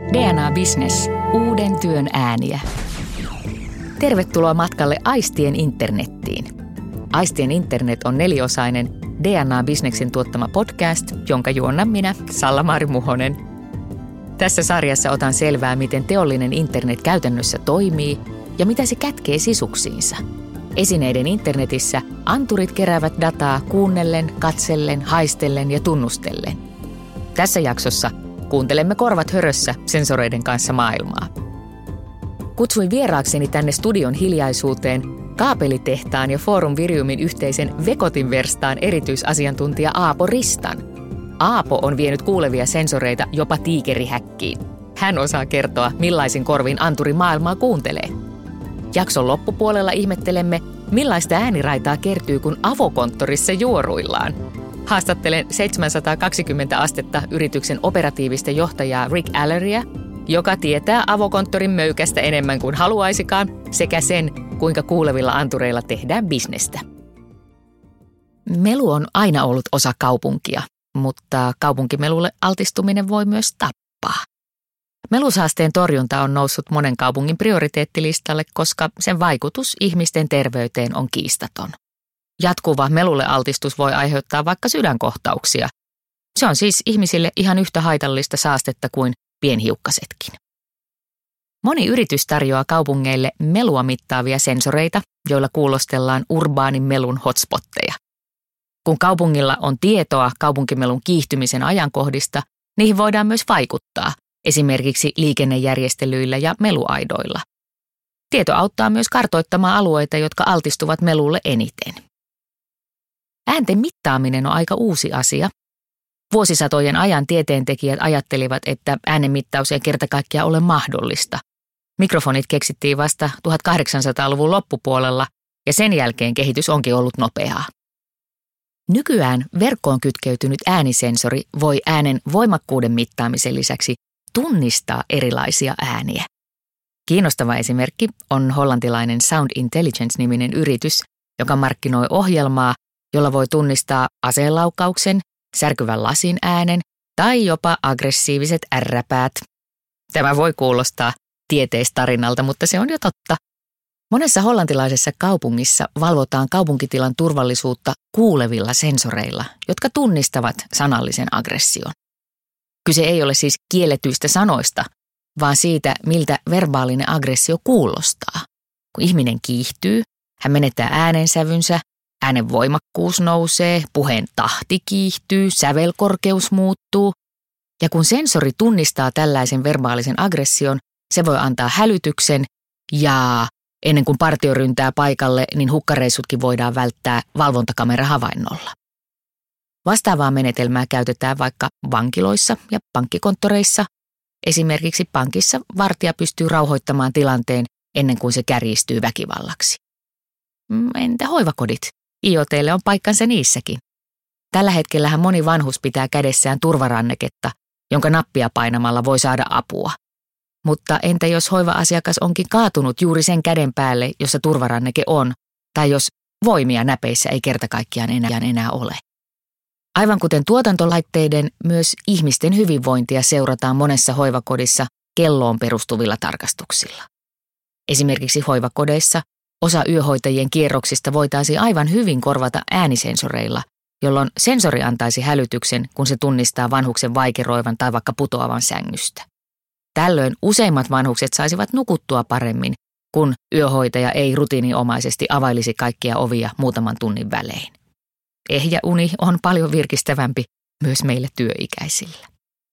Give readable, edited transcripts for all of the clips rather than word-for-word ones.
DNA Business. Uuden työn ääniä. Tervetuloa matkalle Aistien internettiin. Aistien internet on neliosainen DNA Businessin tuottama podcast, jonka juonnan minä, Salla-Maari Muhonen. Tässä sarjassa otan selvää, miten teollinen internet käytännössä toimii ja mitä se kätkee sisuksiinsa. Esineiden internetissä anturit keräävät dataa kuunnellen, katsellen, haistellen ja tunnustellen. Tässä jaksossa kuuntelemme korvat hörössä sensoreiden kanssa maailmaa. Kutsuin vieraakseni tänne studion hiljaisuuteen kaapelitehtaan ja Forum Viriumin yhteisen Vekotin-verstaan erityisasiantuntija Aapo Ristan. Aapo on vienyt kuulevia sensoreita jopa tiikerihäkkiin. Hän osaa kertoa, millaisin korvin anturi maailmaa kuuntelee. Jakson loppupuolella ihmettelemme, millaista ääniraitaa kertyy, kun avokonttorissa juoruillaan. Haastattelen 720 astetta yrityksen operatiivista johtajaa Rick Alleria, joka tietää avokonttorin möykästä enemmän kuin haluaisikaan, sekä sen, kuinka kuulevilla antureilla tehdään bisnestä. Melu on aina ollut osa kaupunkia, mutta kaupunkimelulle altistuminen voi myös tappaa. Melusaasteen torjunta on noussut monen kaupungin prioriteettilistalle, koska sen vaikutus ihmisten terveyteen on kiistaton. Jatkuva melulle altistus voi aiheuttaa vaikka sydänkohtauksia. Se on siis ihmisille ihan yhtä haitallista saastetta kuin pienhiukkasetkin. Moni yritys tarjoaa kaupungeille melua mittaavia sensoreita, joilla kuulostellaan urbaanin melun hotspotteja. Kun kaupungilla on tietoa kaupunkimelun kiihtymisen ajankohdista, niihin voidaan myös vaikuttaa, esimerkiksi liikennejärjestelyillä ja meluaidoilla. Tieto auttaa myös kartoittamaan alueita, jotka altistuvat melulle eniten. Äänten mittaaminen on aika uusi asia. Vuosisatojen ajan tieteentekijät ajattelivat, että äänenmittaus ei kerta kaikkiaan ole mahdollista. Mikrofonit keksittiin vasta 1800-luvun loppupuolella ja sen jälkeen kehitys onkin ollut nopeaa. Nykyään verkkoon kytkeytynyt äänisensori voi äänen voimakkuuden mittaamisen lisäksi tunnistaa erilaisia ääniä. Kiinnostava esimerkki on hollantilainen Sound Intelligence-niminen yritys, joka markkinoi ohjelmaa, jolla voi tunnistaa aseenlaukkauksen, särkyvän lasin äänen tai jopa aggressiiviset ärräpäät. Tämä voi kuulostaa tieteistarinalta, mutta se on jo totta. Monessa hollantilaisessa kaupungissa valvotaan kaupunkitilan turvallisuutta kuulevilla sensoreilla, jotka tunnistavat sanallisen aggression. Kyse ei ole siis kielletyistä sanoista, vaan siitä, miltä verbaalinen aggressio kuulostaa. Kun ihminen kiihtyy, hän menettää äänensävynsä, äänen voimakkuus nousee, puheen tahti kiihtyy, sävelkorkeus muuttuu. Ja kun sensori tunnistaa tällaisen verbaalisen aggression, se voi antaa hälytyksen ja ennen kuin partio ryntää paikalle, niin hukkareissutkin voidaan välttää valvontakamera-havainnolla. Vastaavaa menetelmää käytetään vaikka vankiloissa ja pankkikonttoreissa. Esimerkiksi pankissa vartija pystyy rauhoittamaan tilanteen ennen kuin se kärjistyy väkivallaksi. Entä hoivakodit? IoT:lle on paikkansa niissäkin. Tällä hetkellähän moni vanhus pitää kädessään turvaranneketta, jonka nappia painamalla voi saada apua. Mutta entä jos hoiva-asiakas onkin kaatunut juuri sen käden päälle, jossa turvaranneke on, tai jos voimia näpeissä ei kerta kaikkiaan enää ole? Aivan kuten tuotantolaitteiden, myös ihmisten hyvinvointia seurataan monessa hoivakodissa kelloon perustuvilla tarkastuksilla. Esimerkiksi hoivakodeissa osa yöhoitajien kierroksista voitaisiin aivan hyvin korvata äänisensoreilla, jolloin sensori antaisi hälytyksen, kun se tunnistaa vanhuksen vaikeroivan tai vaikka putoavan sängystä. Tällöin useimmat vanhukset saisivat nukuttua paremmin, kun yöhoitaja ei rutiininomaisesti availisi kaikkia ovia muutaman tunnin välein. Ehjä uni on paljon virkistävämpi myös meille työikäisillä.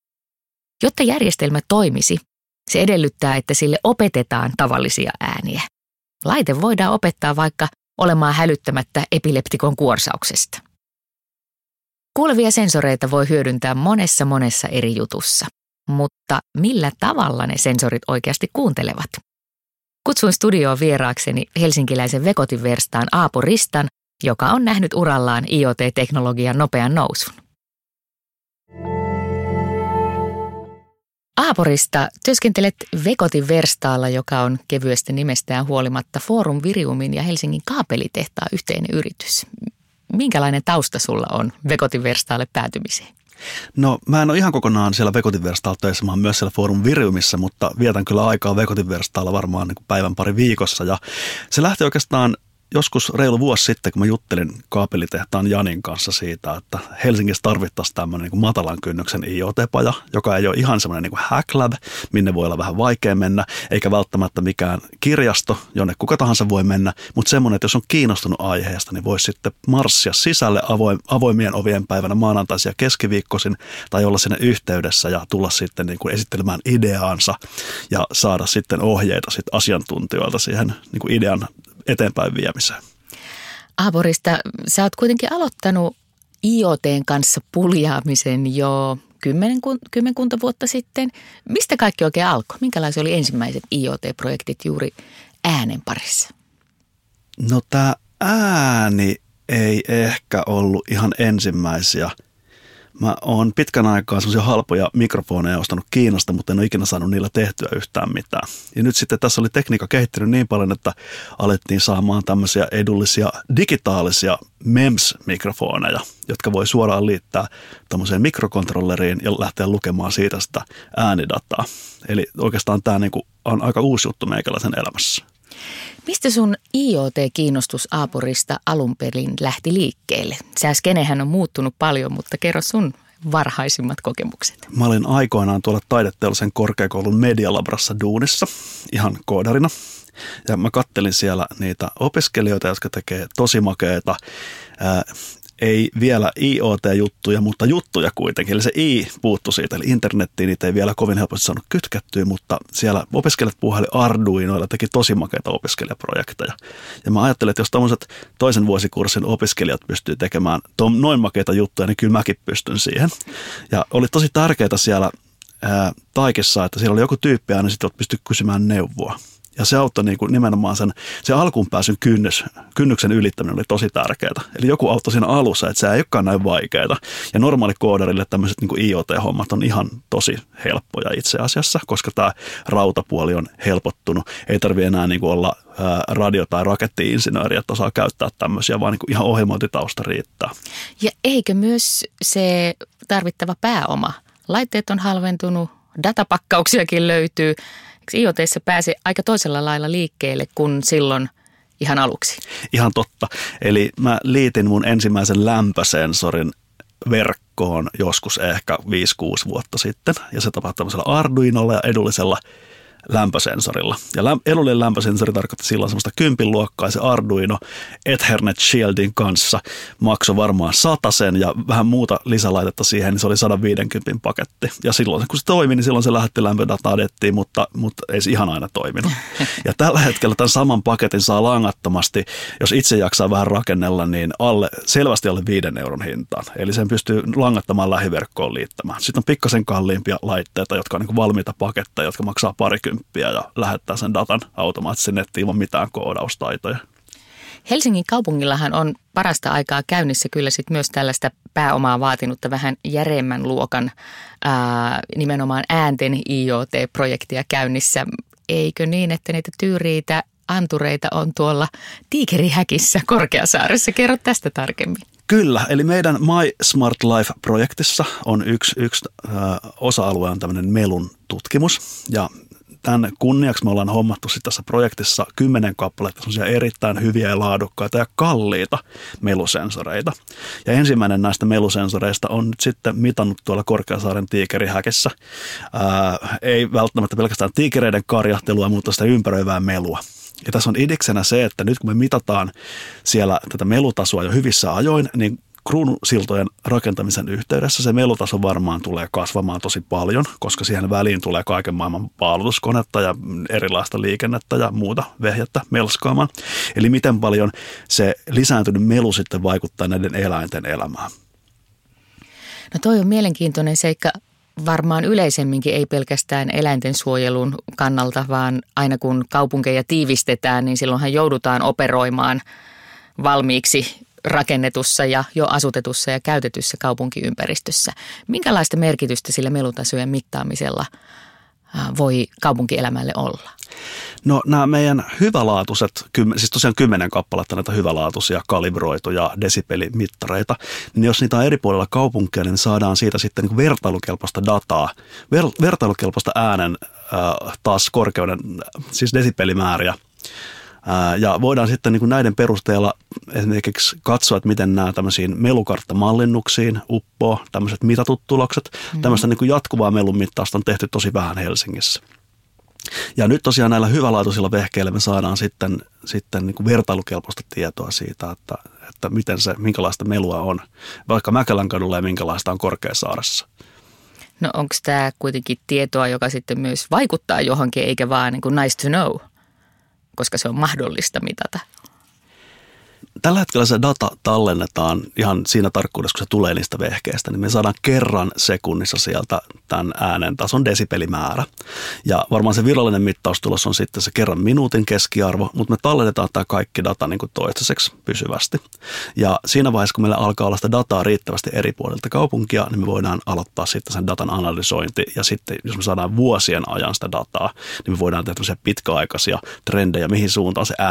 Jotta järjestelmä toimisi, se edellyttää, että sille opetetaan tavallisia ääniä. Laite voidaan opettaa vaikka olemaan hälyttämättä epileptikon kuorsauksesta. Kuulevia sensoreita voi hyödyntää monessa eri jutussa, mutta millä tavalla ne sensorit oikeasti kuuntelevat? Kutsuin studioon vieraakseni helsinkiläisen Vekotin-verstaan Aapo Ristan, joka on nähnyt urallaan IoT-teknologian nopean nousun. Aapo Rista, työskentelet Vekotin-verstaalla, joka on kevyestä nimestään huolimatta Forum Viriumin ja Helsingin kaapelitehtaan yhteinen yritys. Minkälainen tausta sulla on Vekotin-verstaalle päätymiseen? No mä en ole ihan kokonaan siellä Vekotin-verstaalla töissä, mä oon myös siellä Forum Viriumissa, mutta vietän kyllä aikaa Vekotin-verstaalla varmaan niin kuin päivän pari viikossa. Ja se lähti oikeastaan joskus reilu vuosi sitten, kun mä juttelin kaapelitehtaan Janin kanssa siitä, että Helsingissä tarvittaisiin tämmöinen niin kuin matalan kynnyksen IoT-paja, joka ei ole ihan semmoinen niin kuin hack lab, minne voi olla vähän vaikea mennä, eikä välttämättä mikään kirjasto, jonne kuka tahansa voi mennä, mutta semmoinen, että jos on kiinnostunut aiheesta, niin voisi sitten marssia sisälle avoimien ovien päivänä maanantaisin ja keskiviikkoisin tai olla sinne yhteydessä ja tulla sitten niin kuin esittelemään ideaansa ja saada sitten ohjeita sitten asiantuntijoilta siihen niin kuin idean eteenpäin viemiseen. Aaporista, sä oot kuitenkin aloittanut IoTn kanssa puljaamisen jo kymmenkunta vuotta sitten. Mistä kaikki oikein alkoi? Minkälaisia oli ensimmäiset IoT-projektit juuri äänen parissa? No tämä ääni ei ehkä ollut ihan ensimmäisiä. Mä oon pitkän aikaa semmoisia halpoja mikrofoneja ostanut Kiinasta, mutta en ole ikinä saanut niillä tehtyä yhtään mitään. Ja nyt sitten tässä oli tekniikka kehittynyt niin paljon, että alettiin saamaan tämmöisiä edullisia digitaalisia MEMS-mikrofoneja, jotka voi suoraan liittää tämmöiseen mikrokontrolleriin ja lähteä lukemaan siitä sitä äänidataa. Eli oikeastaan tämä niinku on aika uusi juttu meikäläisen elämässä. Mistä sun IoT-kiinnostus Aaporista alun perin lähti liikkeelle? Sä skenehän on muuttunut paljon, mutta kerro sun varhaisimmat kokemukset. Mä olin aikoinaan tuolla taideteollisen korkeakoulun medialabrassa duunissa ihan koodarina. Ja mä kattelin siellä niitä opiskelijoita, jotka tekee tosi makeita, ei vielä IoT-juttuja, mutta juttuja kuitenkin. Eli se I puuttui siitä, eli internettiin niitä ei vielä kovin helposti saanut kytkettyä, mutta siellä opiskelijat puuhaili Arduinoilla, teki tosi makeita opiskelijaprojekteja. Ja mä ajattelin, että jos tämmöiset toisen vuosikurssin opiskelijat pystyy tekemään noin makeita juttuja, niin kyllä mäkin pystyn siihen. Ja oli tosi tärkeää siellä Taikissa, että siellä oli joku tyyppi aina sitten, että pystyi kysymään neuvoa. Ja se auttoi niin kuin nimenomaan se alkuunpääsyn kynnyksen ylittäminen oli tosi tärkeää. Eli joku auttoi siinä alussa, että se ei olekaan näin vaikeaa. Ja normaali koodarille tämmöiset niin kuin IoT-hommat on ihan tosi helppoja itse asiassa, koska tämä rautapuoli on helpottunut. Ei tarvitse enää niin kuin olla radio- tai rakettiinsinööri, että osaa käyttää tämmöisiä, vaan niin kuin ihan ohjelmointitausta riittää. Ja eikö myös se tarvittava pääoma? Laitteet on halventunut, datapakkauksiakin löytyy. IoT:ssä pääsi aika toisella lailla liikkeelle kuin silloin ihan aluksi. Ihan totta. Eli mä liitin mun ensimmäisen lämpösensorin verkkoon joskus ehkä 5-6 vuotta sitten. Ja se tapahtui tämmöisellä Arduinolla ja edullisella lämpösensorilla. Ja edullinen lämpösensori tarkoitti silloin semmoista 10 luokkaa, ja se Arduino Ethernet Shieldin kanssa maksoi varmaan 100 ja vähän muuta lisälaitetta siihen, niin se oli 150 paketti. Ja silloin kun se toimi, niin silloin se lähetti lämpödataa nettiin, mutta ei se ihan aina toiminut. Ja tällä hetkellä tämän saman paketin saa langattomasti, jos itse jaksaa vähän rakennella, niin selvästi alle 5 euron hintaan. Eli sen pystyy langattamaan lähiverkkoon liittämään. Sitten on pikkasen kalliimpia laitteita, jotka on niin kuin valmiita paketteja, jotka maksaa 20 ja lähettää sen datan automaattisesti nettiin ilman mitään koodaustaitoja. Helsingin kaupungillahan on parasta aikaa käynnissä kyllä sit myös tällaista pääomaa vaatinutta vähän järeemmän luokan nimenomaan äänten IoT-projektia käynnissä. Eikö niin, että niitä tyyriitä antureita on tuolla Tiikerihäkissä Korkeasaaressa? Kerro tästä tarkemmin. Kyllä, eli meidän My Smart Life-projektissa on yksi osa-alue on tämmöinen melun tutkimus ja tämän kunniaksi me ollaan hommattu sitten tässä projektissa 10 kappaletta semmoisia erittäin hyviä ja laadukkaita ja kalliita melusensoreita. Ja ensimmäinen näistä melusensoreista on nyt sitten mitannut tuolla Korkeasaaren Tiikerihäkissä. Ei välttämättä pelkästään tiikereiden karjahtelua, mutta sitä ympäröivää melua. Ja tässä on idiksenä se, että nyt kun me mitataan siellä tätä melutasoa jo hyvissä ajoin, niin kruunusiltojen rakentamisen yhteydessä se melutaso varmaan tulee kasvamaan tosi paljon, koska siihen väliin tulee kaiken maailman paalutuskonetta ja erilaista liikennettä ja muuta vehjettä melskaamaan. Eli miten paljon se lisääntynyt melu sitten vaikuttaa näiden eläinten elämään. No toi on mielenkiintoinen seikka varmaan yleisemminkin, ei pelkästään eläinten suojelun kannalta, vaan aina kun kaupunkeja tiivistetään, niin silloinhan joudutaan operoimaan valmiiksi rakennetussa ja jo asutetussa ja käytetyssä kaupunkiympäristössä. Minkälaista merkitystä sillä melutasojen mittaamisella voi kaupunkielämälle olla? No nämä meidän hyvälaatuiset, siis tosiaan 10 kappaletta näitä hyvälaatuisia kalibroituja desibelimittareita, niin jos niitä on eri puolilla kaupunkia, niin saadaan siitä sitten niin vertailukelpoista dataa, vertailukelpoista äänen taas korkeuden, siis desibelimääriä. Ja voidaan sitten niin näiden perusteella esimerkiksi katsoa, että miten nämä tämmöisiin melukarttamallinnuksiin uppoo tämmöiset mitatut tulokset. Tämmöistä niin jatkuvaa melun mittausta on tehty tosi vähän Helsingissä. Ja nyt tosiaan näillä hyvälaatuisilla vehkeillä me saadaan sitten niin kuin vertailukelpoista tietoa siitä, että minkälaista melua on vaikka Mäkelänkadulla ja minkälaista on Korkeasaaressa. No onko tämä kuitenkin tietoa, joka sitten myös vaikuttaa johonkin, eikä vaan niin kuin nice to know, koska se on mahdollista mitata? Tällä hetkellä se data tallennetaan ihan siinä tarkkuudessa, kun se tulee niistä vehkeistä, niin me saadaan kerran sekunnissa sieltä tämän äänen tason desibelimäärä. Ja varmaan se virallinen mittaustulos on sitten se kerran minuutin keskiarvo, mutta me tallennetaan tämä kaikki data niin kuin toistaiseksi pysyvästi. Ja siinä vaiheessa, kun meillä alkaa olla sitä dataa riittävästi eri puolilta kaupunkia, niin me voidaan aloittaa sitten sen datan analysointi. Ja sitten, jos me saadaan vuosien ajan sitä dataa, niin me voidaan tehdä pitkäaikaisia trendejä, mihin suuntaan se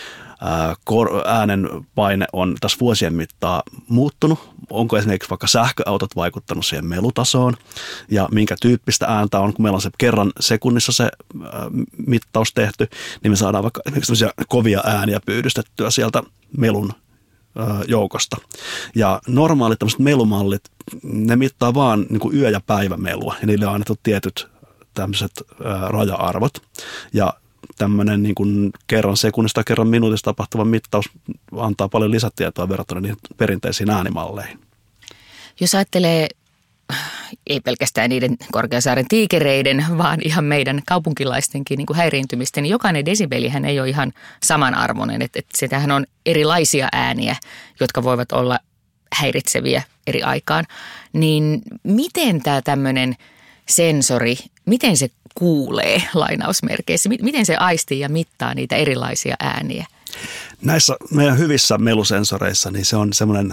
äänen paine on tässä vuosien mittaan muuttunut. Onko esimerkiksi vaikka sähköautot vaikuttanut siihen melutasoon ja minkä tyyppistä ääntä on, kun meillä on se kerran sekunnissa se mittaus tehty, niin me saadaan vaikka esimerkiksi kovia ääniä pyydystettyä sieltä melun joukosta. Ja normaalit tämmöiset melumallit, ne mittaa vaan niin kuin yö- ja päivämelua ja niille on annettu tietyt tämmöiset raja-arvot. Ja tämmöinen niin kuin kerran sekunnista, kerran minuutista tapahtuva mittaus antaa paljon lisätietoa verrattuna niihin perinteisiin äänimalleihin. Jos ajattelee ei pelkästään niiden Korkeasaaren tiikereiden, vaan ihan meidän kaupunkilaistenkin niin kuin häiriintymistä, niin jokainen desibelihän ei ole ihan samanarvoinen. Että sitähän on erilaisia ääniä, jotka voivat olla häiritseviä eri aikaan. Niin miten tämä tämmöinen sensori, miten se kuulee lainausmerkeissä? Miten se aistii ja mittaa niitä erilaisia ääniä? Näissä meidän hyvissä melusensoreissa niin se on semmoinen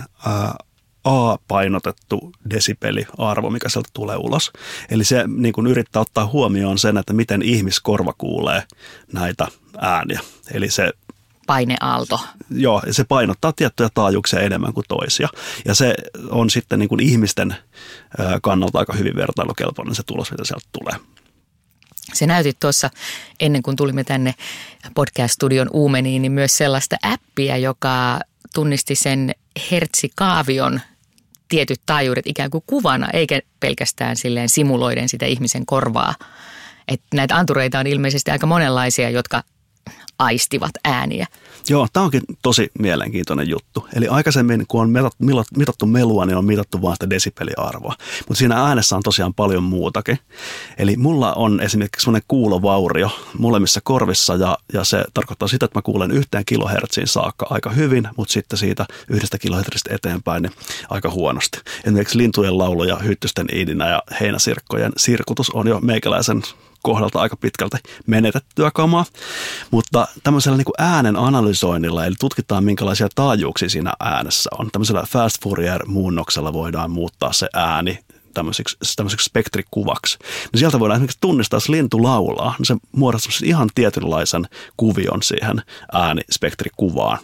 A-painotettu desibeliarvo, mikä sieltä tulee ulos. Eli se niin kuin yrittää ottaa huomioon sen, että miten ihmiskorva kuulee näitä ääniä. Eli se paineaalto. Joo, se painottaa tiettyjä taajuuksia enemmän kuin toisia. Ja se on sitten niin kuin ihmisten kannalta aika hyvin vertailukelpoinen se tulos, mitä sieltä tulee. Se näytit tuossa ennen kuin tulimme tänne podcast-studion uumeniin, niin myös sellaista appia, joka tunnisti sen hertsikaavion tietyt taajuudet ikään kuin kuvana, eikä pelkästään silleen simuloiden sitä ihmisen korvaa. Että näitä antureita on ilmeisesti aika monenlaisia, jotka aistivat ääniä. Joo, tämä onkin tosi mielenkiintoinen juttu. Eli aikaisemmin, kun on mitattu melua, niin on mitattu vain sitä desibeliarvoa. Mutta siinä äänessä on tosiaan paljon muutakin. Eli mulla on esimerkiksi sellainen kuulovaurio molemmissa korvissa, ja se tarkoittaa sitä, että mä kuulen 1 kilohertsiin saakka aika hyvin, mutta sitten siitä 1 kilohertsistä eteenpäin niin aika huonosti. Esimerkiksi lintujen laulu ja hyttysten iidinä ja heinäsirkkojen sirkutus on jo meikäläisen kohdalta aika pitkälti menetettyä kamaa, mutta tämmöisellä niin kuin äänen analysoinnilla, eli tutkitaan minkälaisia taajuuksia siinä äänessä on. Tämmöisellä fast Fourier-muunnoksella voidaan muuttaa se ääni tämmöiseksi spektrikuvaksi. No sieltä voidaan esimerkiksi tunnistaa, jos lintu laulaa, niin se muodostaa ihan tietynlaisen kuvion siihen äänispektrikuvaan.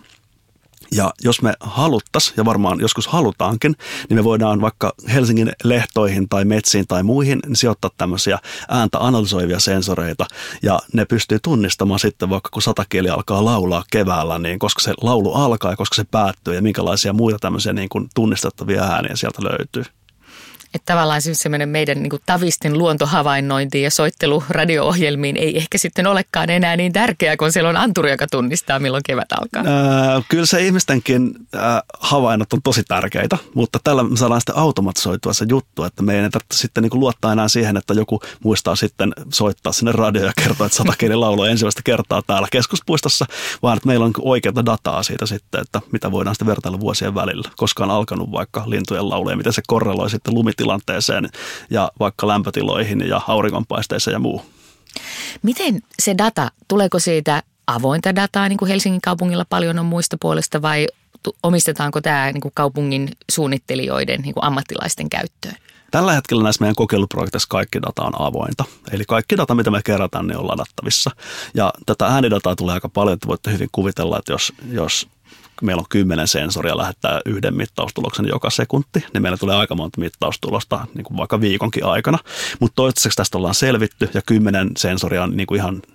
Ja jos me haluttaisiin, ja varmaan joskus halutaankin, niin me voidaan vaikka Helsingin lehtoihin tai metsiin tai muihin niin sijoittaa tämmöisiä ääntä analysoivia sensoreita. Ja ne pystyy tunnistamaan sitten vaikka kun satakieli alkaa laulaa keväällä, niin koska se laulu alkaa ja koska se päättyy ja minkälaisia muita tämmöisiä niin kuin tunnistettavia ääniä sieltä löytyy. Että tavallaan semmoinen meidän niin kuin tavisten luontohavainnointi ja soittelu radio-ohjelmiin ei ehkä sitten olekaan enää niin tärkeää, kun siellä on anturi, joka tunnistaa, milloin kevät alkaa. Kyllä se ihmistenkin havainnot on tosi tärkeitä, mutta tällä me saadaan sitten automatisoitua se juttu, että me ei tarvitse sitten niin kuin luottaa enää siihen, että joku muistaa sitten soittaa sinne radioon ja kertoa, että satakieli lauloi ensimmäistä kertaa täällä keskuspuistossa, vaan että meillä on oikeaa dataa siitä sitten, että mitä voidaan sitten vertailla vuosien välillä, koska on alkanut vaikka lintujen laulu ja miten se korreloi sitten lumitilanteeseen ja vaikka lämpötiloihin ja auringonpaisteeseen ja muu. Miten se data, tuleeko siitä avointa dataa, niin kuin Helsingin kaupungilla paljon on muista puolesta, vai omistetaanko tämä niin kuin kaupungin suunnittelijoiden niin kuin ammattilaisten käyttöön? Tällä hetkellä näissä meidän kokeiluprojekteissa kaikki data on avointa. Eli kaikki data, mitä me kerätään, niin on ladattavissa. Ja tätä äänidataa tulee aika paljon, että voitte hyvin kuvitella, että jos meillä on 10 sensoria lähettää yhden mittaustuloksen joka sekunti, niin meillä tulee aika monta mittaustulosta niin kuin vaikka viikonkin aikana. Mutta toistaiseksi tästä ollaan selvitty ja 10 sensoria on niin kuin ihan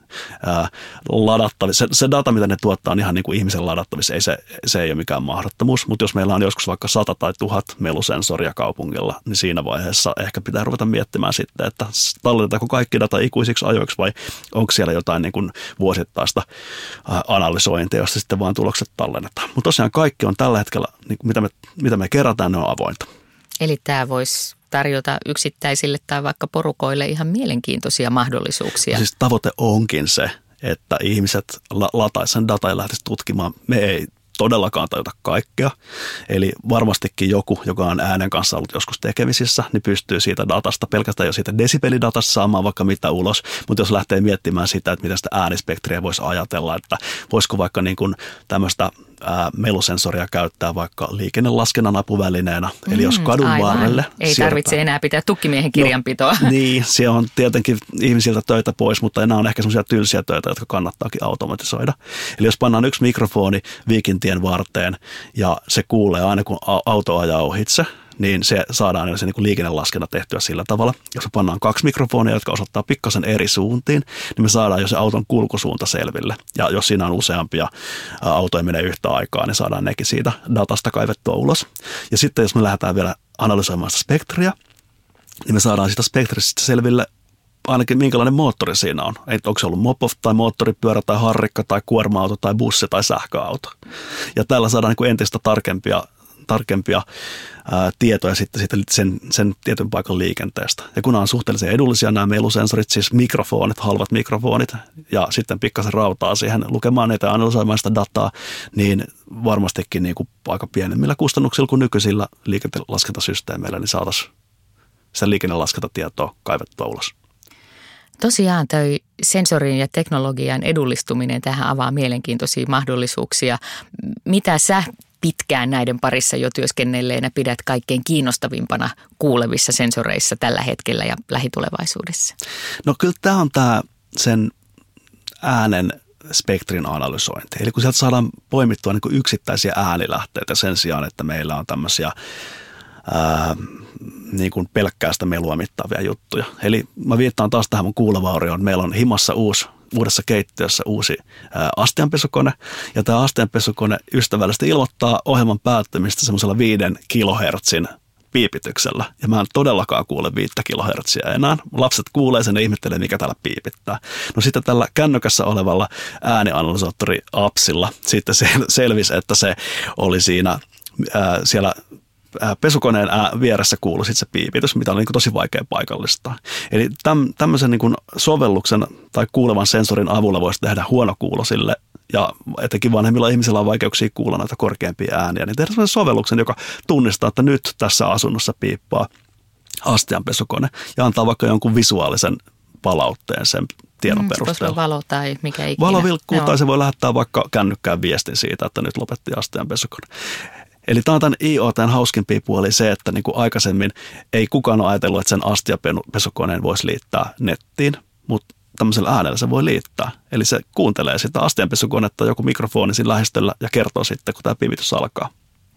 ladattavissa. Se data, mitä ne tuottaa, on ihan niin kuin ihmisen ladattavissa. Se ei ole mikään mahdottomuus, mutta jos meillä on joskus vaikka 100 tai 1000 melusensoria kaupungilla, niin siinä vaiheessa ehkä pitää ruveta miettimään sitten, että tallennetaanko kaikki data ikuisiksi ajoiksi vai onko siellä jotain niin kuin vuosittaista analysointia, josta sitten vaan tulokset tallennetaan. Mutta tosiaan kaikki on tällä hetkellä, niin kuin mitä me kerätään, ne on avointa. Eli tämä voisi tarjota yksittäisille tai vaikka porukoille ihan mielenkiintoisia mahdollisuuksia. Siis tavoite onkin se, että ihmiset lataisivat sen data ja lähtisivät tutkimaan. Me ei todellakaan tajuta kaikkea. Eli varmastikin joku, joka on äänen kanssa ollut joskus tekemisissä, niin pystyy siitä datasta, pelkästään jo siitä desibelidatasta saamaan vaikka mitä ulos. Mutta jos lähtee miettimään sitä, että miten sitä äänispektriä voisi ajatella, että voisiko vaikka niin kuin tämmöistä melusensoria käyttää vaikka liikennelaskennan apuvälineenä. Eli jos kadun varrelle ei tarvitse enää pitää tukkimiehen kirjanpitoa. No, niin, siellä on tietenkin ihmisiltä töitä pois, mutta nämä on ehkä semmoisia tylsiä töitä, jotka kannattaakin automatisoida. Eli jos pannaan yksi mikrofoni Viikintien varteen ja se kuulee aina kun auto ajaa ohitse, niin se saadaan se niin kuin liikennelaskenta tehtyä sillä tavalla. Jos me pannaan 2 mikrofonia, jotka osoittaa pikkasen eri suuntiin, niin me saadaan jo se auton kulkusuunta selville. Ja jos siinä on useampia autoja menee yhtä aikaa, niin saadaan nekin siitä datasta kaivettua ulos. Ja sitten jos me lähdetään vielä analysoimaan sitä spektriä, niin me saadaan sitä spektristä selville ainakin minkälainen moottori siinä on. Onko se ollut mopo tai moottoripyörä tai harrikka tai kuorma-auto tai bussi tai sähköauto. Ja tällä saadaan niin kuin entistä tarkempia tietoja sitten sen tietyn paikan liikenteestä. Ja kun on suhteellisen edullisia nämä melusensorit, siis mikrofonit, halvat mikrofonit, ja sitten pikkasen rautaa siihen lukemaan niitä ja analysoimaan sitä dataa, niin varmastikin niin kuin aika pienemmillä kustannuksilla kuin nykyisillä liikennelaskentasysteemeillä, niin saataisiin sitä liikennelaskentatietoa kaivettua ulos. Tosiaan toi sensorin ja teknologian edullistuminen tähän avaa mielenkiintoisia mahdollisuuksia. Mitä sä pitkään näiden parissa jo työskennelleenä pidät kaikkein kiinnostavimpana kuulevissa sensoreissa tällä hetkellä ja lähitulevaisuudessa? No kyllä tämä on sen äänen spektrin analysointi. Eli kun sieltä saadaan poimittua niin kuin yksittäisiä äänilähteitä sen sijaan, että meillä on tämmöisiä niin kuin pelkkää sitä melua mittaavia juttuja. Eli mä viittaan taas tähän mun kuulovaurioon. Meillä on himassa uudessa keittiössä uusi astianpesukone, ja tämä astianpesukone ystävällisesti ilmoittaa ohjelman päättymistä semmoisella 5 kilohertsin piipityksellä. Ja mä en todellakaan kuule 5 kilohertsiä enää. Lapset kuulee sen ja ihmettelee, mikä täällä piipittää. No sitten tällä kännykässä olevalla äänianalysaattori-appsilla sitten selvisi, että se oli siellä pesukoneen vieressä kuului sitten se piipitys, mitä oli niin kuin tosi vaikea paikallistaa. Eli tämmöisen niin kuin sovelluksen tai kuulevan sensorin avulla voisi tehdä huonokuulosille, ja etenkin vanhemmilla ihmisillä on vaikeuksia kuulla näitä korkeampia ääniä, niin tehdä sellaisen sovelluksen, joka tunnistaa, että nyt tässä asunnossa piippaa astianpesukone, ja antaa vaikka jonkun visuaalisen palautteen sen tiedon perusteella. Valo tai mikä ikinä. Valo vilkkuu, tai se voi lähettää vaikka kännykkään viestin siitä, että nyt lopetti astianpesukone. Eli tämä on tämän IoT:n hauskimpia puoli se, että niin kuin aikaisemmin ei kukaan ole ajatellut, että sen astianpesukoneen voisi liittää nettiin, mutta tämmöisellä äänellä se voi liittää. Eli se kuuntelee sitä astianpesukonetta joku mikrofoni siinä lähistöllä ja kertoo sitten, kun tämä piivitys alkaa.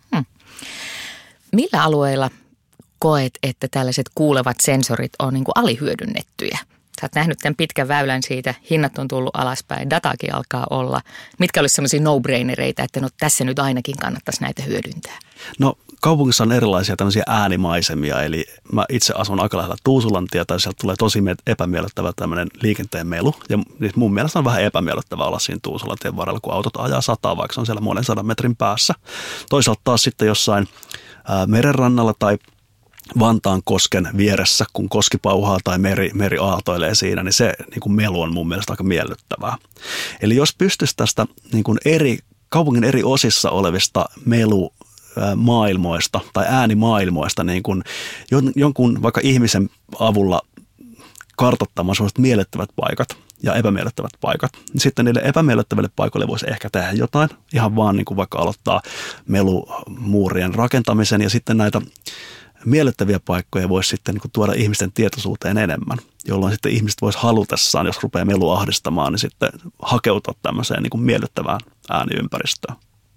Millä alueilla koet, että tällaiset kuulevat sensorit on niin kuin alihyödynnettyjä? Sä oot nähnyt tämän pitkän väylän siitä, hinnat on tullut alaspäin, dataakin alkaa olla. Mitkä olisi sellaisia no-brainereita, että no tässä nyt ainakin kannattaisi näitä hyödyntää? No kaupungissa on erilaisia tämmöisiä äänimaisemia, eli mä itse asun aika lähellä Tuusulantia, tai sieltä tulee tosi epämiellyttävä tämmöinen liikenteen melu. Ja mun mielestä on vähän epämiellyttävää olla siinä Tuusulantien varrella, kun autot ajaa 100, vaikka se on siellä monen 100 metrin päässä. Toisaalta taas sitten jossain merenrannalla tai Vantaan kosken vieressä, kun koski pauhaa tai meri aaltoilee siinä, niin se niin kuin melu on mun mielestä aika miellyttävää. Eli jos pystyisi tästä niin kuin kaupungin eri osissa olevista melumaailmoista tai äänimaailmoista niin kuin jonkun vaikka ihmisen avulla kartoittamaan sellaiset miellyttävät paikat ja epämiellyttävät paikat, niin sitten niille epämiellyttäville paikoille voisi ehkä tehdä jotain, ihan vaan niin kuin vaikka aloittaa melumuurien rakentamisen ja sitten näitä miellyttäviä paikkoja voisi sitten niin kuin tuoda ihmisten tietoisuuteen enemmän, jolloin sitten ihmiset voisi halutessaan, jos rupeaa melu ahdistamaan, niin sitten hakeutua tämmöiseen niin kuin miellyttävään ääniympäristöön.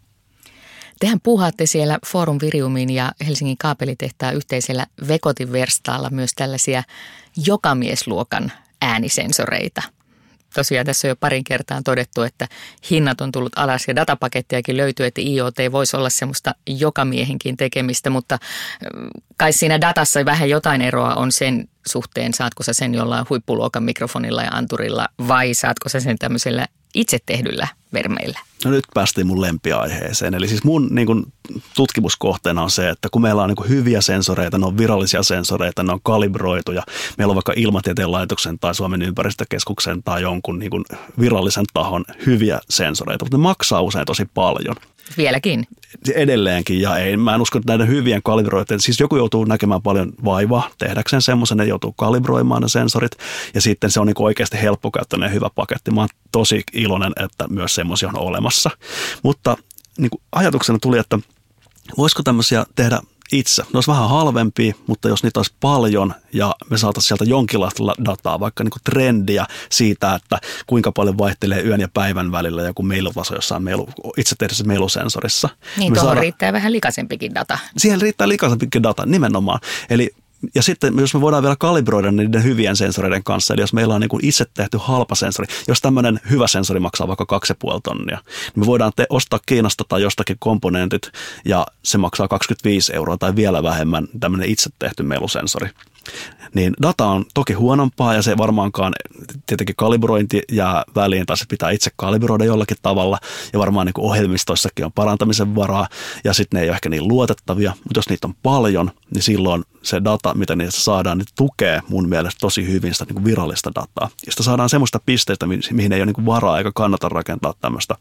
Tehän puuhaatte siellä Forum Viriumin ja Helsingin kaapelitehtaan yhteisellä Vekotin-verstaalla myös tällaisia jokamiesluokan äänisensoreita. Tosiaan tässä on jo parin kertaan todettu, että hinnat on tullut alas ja datapakettiakin löytyy, että IoT voisi olla semmoista jokamiehenkin tekemistä, mutta kai siinä datassa vähän jotain eroa on sen suhteen, saatko sä sen jollain huippuluokan mikrofonilla ja anturilla vai saatko sä sen tämmöisellä itse tehdyllä vermeillä? No nyt päästiin mun lempiaiheeseen. Eli siis mun niin kuin, tutkimuskohteena on se, että kun meillä on niin kuin, hyviä sensoreita, ne on virallisia sensoreita, ne on kalibroituja. Meillä on vaikka Ilmatieteen laitoksen tai Suomen ympäristökeskuksen tai jonkun niin kuin, virallisen tahon hyviä sensoreita, mutta ne maksaa usein tosi paljon. Vieläkin? Edelleenkin, ja mä en usko, että näiden hyvien kalibroiden, siis joku joutuu näkemään paljon vaivaa tehdäkseen semmoisen, ne joutuu kalibroimaan ne sensorit, ja sitten se on niin oikeasti helppokäyttöinen ja hyvä paketti. Mä oon tosi iloinen, että myös semmoisia on olemassa. Mutta niin ajatuksena tuli, että voisiko tämmöisiä tehdä itse. Ne olisi vähän halvempia, mutta jos niitä olisi paljon ja me saataisiin sieltä jonkinlaista dataa, vaikka niin kuin trendiä siitä, että kuinka paljon vaihtelee yön ja päivän välillä joku meilutaso jossain itse tehdessä melusensorissa. Niin, tuohon riittää vähän likaisempikin data. Siihen riittää likaisempikin data, nimenomaan. Ja sitten, jos me voidaan vielä kalibroida niiden hyvien sensoreiden kanssa, eli jos meillä on niin kuin itse tehty halpa sensori, jos tämmöinen hyvä sensori maksaa vaikka 2,5 tonnia, niin me voidaan ostaa Kiinasta tai jostakin komponentit, ja se maksaa 25 € tai vielä vähemmän tämmöinen itse tehty melusensori. Niin data on toki huonompaa ja se varmaankaan tietenkin kalibrointi jää väliin tai se pitää itse kalibroida jollakin tavalla ja varmaan niin kuin ohjelmistoissakin on parantamisen varaa ja sitten ne ei ole ehkä niin luotettavia, mutta jos niitä on paljon, niin silloin se data, mitä niistä saadaan, niin tukee mun mielestä tosi hyvin sitä niin kuin virallista dataa. Ja sitä saadaan semmoista pisteistä, mihin ei ole niin kuin varaa eikä kannata rakentaa tämmöistä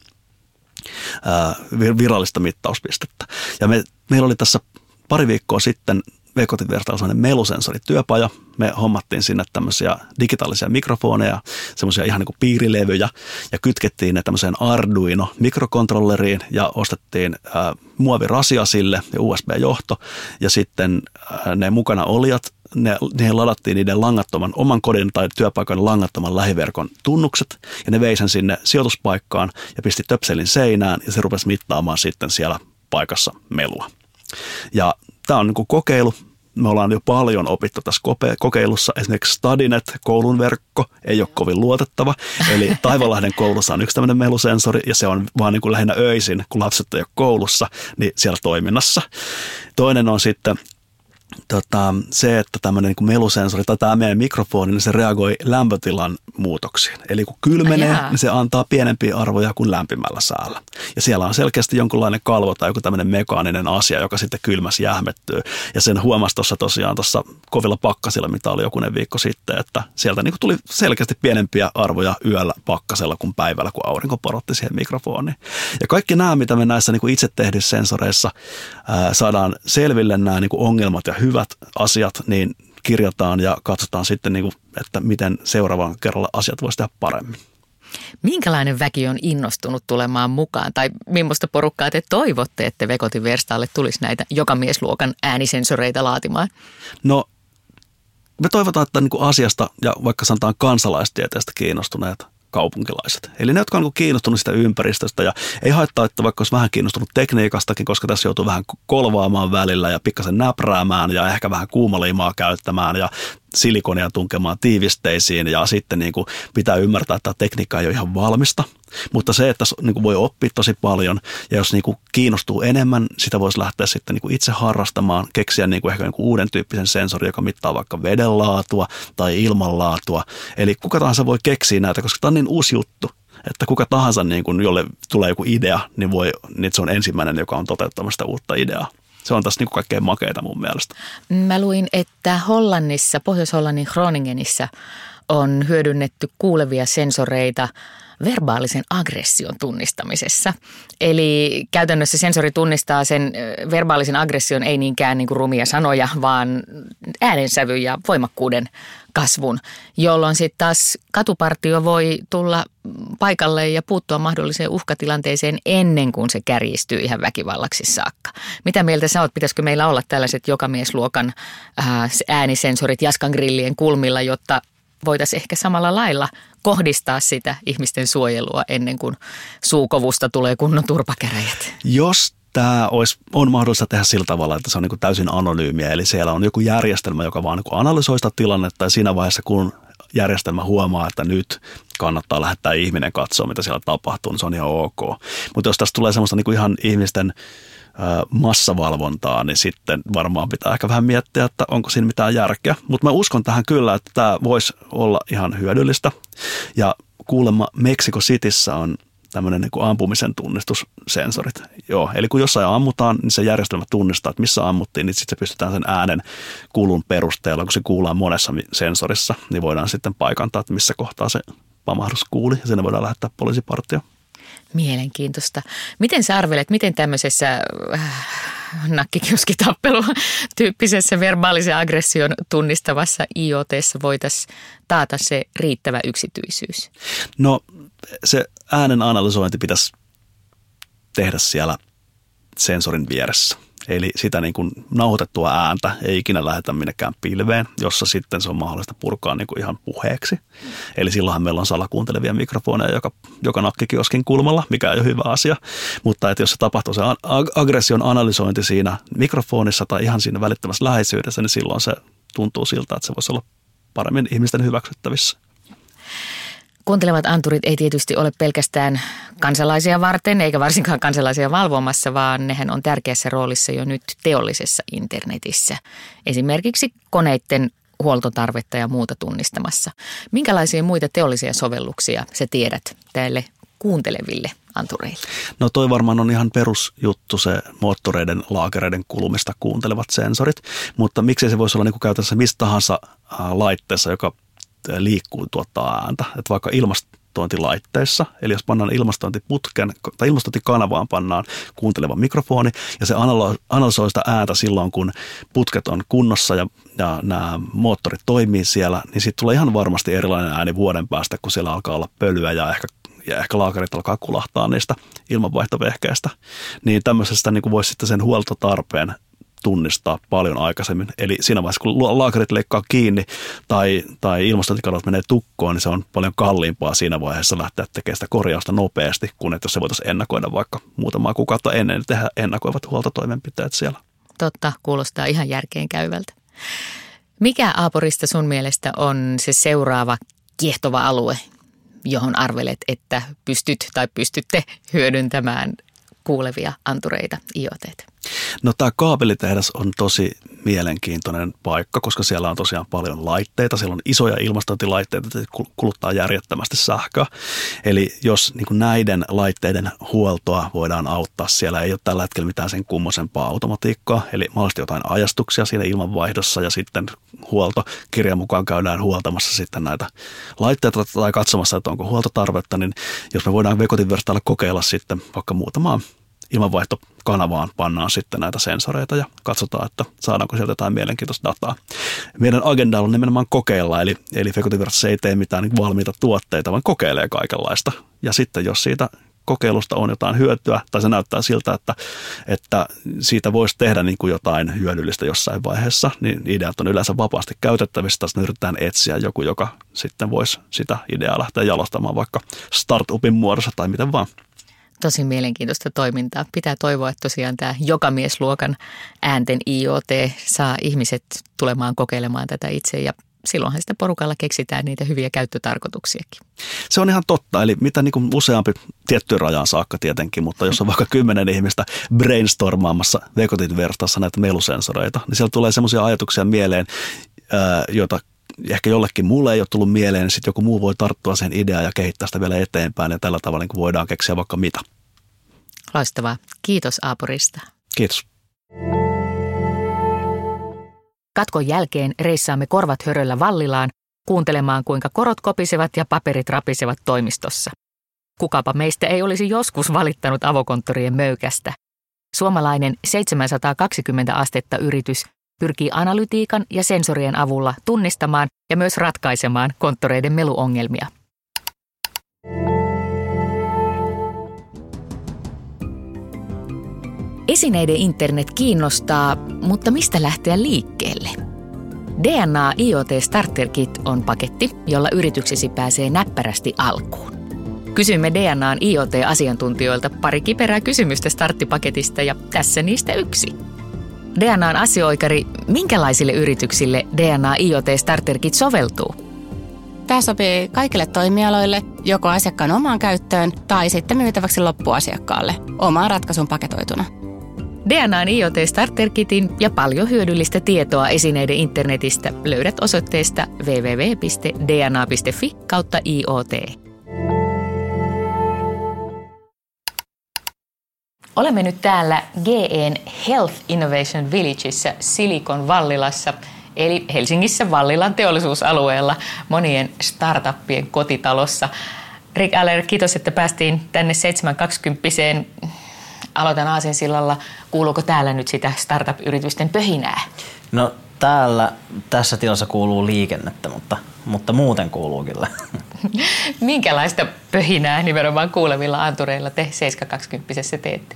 virallista mittauspistettä. Ja meillä oli tässä pari viikkoa sitten Vekotin-verstaalla sellainen melusensorityöpaja. Me hommattiin sinne tämmöisiä digitaalisia mikrofoneja, semmoisia ihan niin kuin piirilevyjä ja kytkettiin ne tämmöiseen Arduino-mikrokontrolleriin ja ostettiin muovirasia sille ja USB-johto ja sitten ne mukana olijat, niihin ladattiin niiden oman kodin tai työpaikan langattoman lähiverkon tunnukset ja ne vei sen sinne sijoituspaikkaan ja pisti töpselin seinään ja se rupesi mittaamaan sitten siellä paikassa melua. Ja tämä on niin kuin kokeilu. Me ollaan jo paljon opittu tässä kokeilussa. Esimerkiksi Stadinet, koulun verkko, ei ole kovin luotettava. Eli Taivalahden koulussa on yksi tämmöinen melusensori ja se on vaan niin kuin lähinnä öisin, kun lapset ei ole koulussa, niin siellä toiminnassa. Toinen on sitten se, että tämmöinen niin kuin melusensori tai tämä meidän mikrofoni, niin se reagoi lämpötilan muutoksiin. Eli kun kylmenee, niin se antaa pienempiä arvoja kuin lämpimällä säällä. Ja siellä on selkeästi jonkunlainen kalvo tai joku tämmöinen mekaaninen asia, joka sitten kylmässä jähmettyy. Ja sen huomasi tuossa kovilla pakkasilla, mitä oli jokunen viikko sitten, että sieltä niin kuin tuli selkeästi pienempiä arvoja yöllä pakkasella kuin päivällä, kun aurinko porotti siihen mikrofoniin. Ja kaikki nämä, mitä me näissä niin kuin itse tehdyissä sensoreissa saadaan selville nämä niin kuin ongelmat ja hyvät asiat, niin kirjataan ja katsotaan sitten, että miten seuraavan kerralla asiat voisi tehdä paremmin. Minkälainen väki on innostunut tulemaan mukaan? Tai millaista porukkaa te toivotte, että Vekotin-verstaalle tulisi näitä jokamiesluokan äänisensoreita laatimaan? No, me toivotaan, että asiasta ja vaikka sanotaan kansalaistieteestä kiinnostuneet kaupunkilaiset. Eli ne, jotka on kiinnostunut sitä ympäristöstä ja ei haittaa, että vaikka olisi vähän kiinnostunut tekniikastakin, koska tässä joutuu vähän kolvaamaan välillä ja pikkasen näpräämään ja ehkä vähän kuumaliimaa käyttämään ja silikonia tunkemaan tiivisteisiin ja sitten pitää ymmärtää, että tekniikka ei ole ihan valmista. Mutta se, että voi oppia tosi paljon ja jos kiinnostuu enemmän, sitä voisi lähteä sitten itse harrastamaan, keksiä ehkä uuden tyyppisen sensorin, joka mittaa vaikka veden laatua tai ilman laatua. Eli kuka tahansa voi keksiä näitä, koska tämä on niin uusi juttu, että kuka tahansa, jolle tulee joku idea, niin se on ensimmäinen, joka on toteuttamassa uutta ideaa. Se on tässä kaikkein makeita mun mielestä. Mä luin, että Hollannissa, Pohjois-Hollannin Groningenissä on hyödynnetty kuulevia sensoreita verbaalisen aggression tunnistamisessa. Eli käytännössä sensori tunnistaa sen verbaalisen aggression ei niinkään niin kuin rumia sanoja, vaan äänensävyn ja voimakkuuden kasvun, jolloin sitten taas katupartio voi tulla paikalle ja puuttua mahdolliseen uhkatilanteeseen ennen kuin se kärjistyy ihan väkivallaksi saakka. Mitä mieltä sä oot? Pitäisikö meillä olla tällaiset jokamiesluokan äänisensorit Jaskan grillien kulmilla, jotta voitaisiin ehkä samalla lailla kohdistaa sitä ihmisten suojelua ennen kuin suukovusta tulee kunnon turpakäräjät? Jos tämä on mahdollista tehdä sillä tavalla, että se on niin kuin täysin anonyymiä, eli siellä on joku järjestelmä, joka vaan niin kuin analysoi sitä tilannetta ja siinä vaiheessa, kun järjestelmä huomaa, että nyt kannattaa lähettää ihminen katsoa, mitä siellä tapahtuu, niin se on ihan ok. Mutta jos tässä tulee semmoista niin kuin ihan ihmisten massavalvontaa, niin sitten varmaan pitää ehkä vähän miettiä, että onko siinä mitään järkeä. Mutta mä uskon tähän kyllä, että tämä voisi olla ihan hyödyllistä. Ja kuulemma Mexico Cityssä on tämmöinen niin kuin ampumisen tunnistussensorit. Joo, eli kun jossain ammutaan, niin se järjestelmä tunnistaa, että missä ammuttiin, niin sitten se pystytään sen äänen kulun perusteella, kun se kuullaan monessa sensorissa, niin voidaan sitten paikantaa, että missä kohtaa se pamahdus kuuli, ja sinne voidaan lähettää poliisipartio. Mielenkiintoista. Miten sä arvelet, miten tämmöisessä nakkikioskitappelu-tyyppisessä verbaalisen aggression tunnistavassa IoT:ssä voitaisiin taata se riittävä yksityisyys? No se äänen analysointi pitäisi tehdä siellä sensorin vieressä. Eli sitä niin kuin nauhoitettua ääntä ei ikinä lähetä minnekään pilveen, jossa sitten se on mahdollista purkaa niin kuin ihan puheeksi. Eli silloinhan meillä on salakuuntelevia mikrofoneja joka nakkikioskin kulmalla, mikä ei ole hyvä asia. Mutta että jos se tapahtuu se aggression analysointi siinä mikrofonissa tai ihan siinä välittömässä läheisyydessä, niin silloin se tuntuu siltä, että se voisi olla paremmin ihmisten hyväksyttävissä. Kuuntelevat anturit ei tietysti ole pelkästään kansalaisia varten, eikä varsinkaan kansalaisia valvomassa, vaan nehän on tärkeässä roolissa jo nyt teollisessa internetissä. Esimerkiksi koneiden huoltotarvetta ja muuta tunnistamassa. Minkälaisia muita teollisia sovelluksia sä tiedät tälle kuunteleville antureille? No toi varmaan on ihan perusjuttu, se moottoreiden, laakereiden kulumista kuuntelevat sensorit, mutta miksei se voisi olla niin kuin käytännössä mistä tahansa laitteessa, joka liikkuu tuottaa ääntä. Että vaikka ilmastointilaitteessa, eli jos pannaan ilmastointiputken tai ilmastointikanavaan pannaan kuunteleva mikrofoni ja se analysoi sitä ääntä silloin, kun putket on kunnossa ja nämä moottorit toimii siellä, niin siitä tulee ihan varmasti erilainen ääni vuoden päästä, kun siellä alkaa olla pölyä ja ehkä laakerit alkaa kulahtaa niistä ilmanvaihtovehkeistä. Niin tämmöisestä niin kuin voisi sitten sen huoltotarpeen tunnistaa paljon aikaisemmin. Eli siinä vaiheessa, kun laakerit leikkaa kiinni tai ilmastointikanavat menee tukkoon, niin se on paljon kalliimpaa siinä vaiheessa lähteä tekemään sitä korjausta nopeasti, kun että jos se voitaisiin ennakoida vaikka muutamaa kuukautta ennen, niin tehdä ennakoivat huoltotoimenpiteet siellä. Totta, kuulostaa ihan järkeen käyvältä. Mikä Aaporista sun mielestä on se seuraava kiehtova alue, johon arvelet, että pystytte hyödyntämään kuulevia antureita, IoT:tä? No tämä kaapelitehdas on tosi mielenkiintoinen paikka, koska siellä on tosiaan paljon laitteita. Siellä on isoja ilmastointilaitteita, jotka kuluttaa järjettömästi sähköä. Eli jos niin kuin näiden laitteiden huoltoa voidaan auttaa, siellä ei ole tällä hetkellä mitään sen kummosempaa automatiikkaa. Eli mahdollisesti jotain ajastuksia siinä ilmanvaihdossa ja sitten huoltokirjan mukaan käydään huoltamassa sitten näitä laitteita tai katsomassa, että onko huoltotarvetta. Niin jos me voidaan Vekotin verstailla kokeilla sitten vaikka muutamaa ilmanvaihtokanavaan pannaan sitten näitä sensoreita ja katsotaan, että saadaanko sieltä jotain mielenkiintoista dataa. Meidän agendalla on nimenomaan kokeilla, eli Vekotivertassa ei tee mitään niin valmiita tuotteita, vaan kokeilee kaikenlaista. Ja sitten jos siitä kokeilusta on jotain hyötyä, tai se näyttää siltä, että siitä voisi tehdä niin kuin jotain hyödyllistä jossain vaiheessa, niin ideat on yleensä vapaasti käytettävissä. Tässä yritetään etsiä joku, joka sitten voisi sitä ideaa lähteä jalostamaan vaikka startupin muodossa tai miten vaan. Tosi mielenkiintoista toimintaa. Pitää toivoa, että tosiaan tämä jokamiesluokan äänten IoT saa ihmiset tulemaan kokeilemaan tätä itse ja silloinhan sitä porukalla keksitään niitä hyviä käyttötarkoituksiakin. Se on ihan totta, eli mitä niin kuin useampi tiettyyn rajaan saakka tietenkin, mutta jos on vaikka 10 ihmistä brainstormaamassa Vekotin verstassa näitä melusensoreita, niin siellä tulee semmoisia ajatuksia mieleen, joita ehkä jollekin muulle ei ole tullut mieleen, niin sitten joku muu voi tarttua sen ideaan ja kehittää sitä vielä eteenpäin ja tällä tavalla niin voidaan keksiä vaikka mitä. Loistavaa. Kiitos Aaporista. Kiitos. Katkon jälkeen reissaamme korvat höröllä Vallilaan, kuuntelemaan kuinka korot kopisevat ja paperit rapisevat toimistossa. Kukapa meistä ei olisi joskus valittanut avokonttorien möykästä. Suomalainen 720 astetta yritys pyrkii analytiikan ja sensorien avulla tunnistamaan ja myös ratkaisemaan konttoreiden meluongelmia. Esineiden internet kiinnostaa, mutta mistä lähteä liikkeelle? DNA IoT Starter Kit on paketti, jolla yrityksesi pääsee näppärästi alkuun. Kysymme DNAn IoT-asiantuntijoilta pari kiperää kysymystä starttipaketista ja tässä niistä yksi. DNAn asioikari, minkälaisille yrityksille DNA IoT Starter Kit soveltuu? Tämä sopii kaikille toimialoille, joko asiakkaan omaan käyttöön tai sitten myytäväksi loppuasiakkaalle omaan ratkaisun paketoituna. DNAn IoT Starter Kitin ja paljon hyödyllistä tietoa esineiden internetistä löydät osoitteesta www.dna.fi/IoT. Olemme nyt täällä GE:n Health Innovation Villageissa Silicon Vallilassa, eli Helsingissä Vallilan teollisuusalueella monien startuppien kotitalossa. Rick Aller, kiitos, että päästiin tänne 720-seen. Aloitan Aasinsillalla. Kuuluuko täällä nyt sitä startup-yritysten pöhinää? No tässä tilassa kuuluu liikennettä, mutta muuten kuuluu kyllä. Minkälaista pöhinää nimenomaan kuulevilla antureilla te 720-sessä teette?